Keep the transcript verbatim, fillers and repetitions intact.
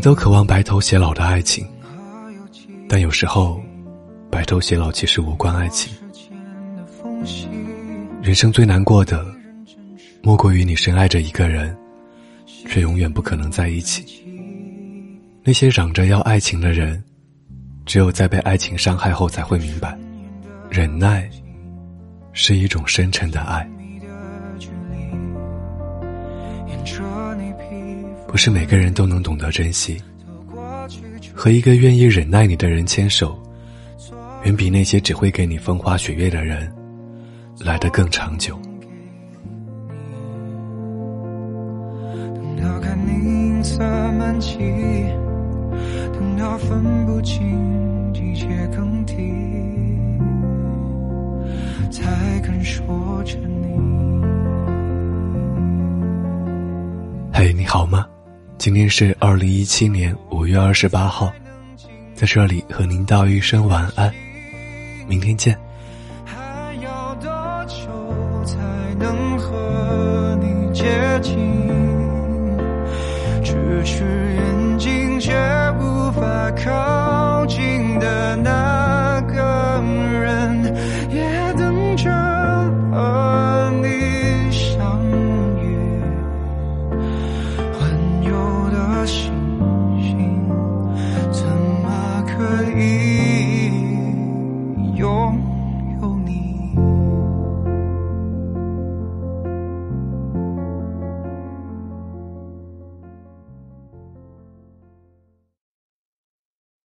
都渴望白头偕老的爱情，但有时候白头偕老其实无关爱情。人生最难过的莫过于你深爱着一个人，却永远不可能在一起。那些嚷着要爱情的人，只有在被爱情伤害后才会明白，忍耐是一种深沉的爱。不是每个人都能懂得珍惜，和一个愿意忍耐你的人牵手，远比那些只会给你风花雪月的人来得更长久。 等到看宁色满际，等到分不清季节更替，才肯说着你。 嘿，你好吗？今天是二零一七年五月二十八号，在这里和您道一声晚安，明天见。 还要多久才能和你接近？咫尺远近却无法靠近的那个人，也等着和你相遇。环游的星星怎么可以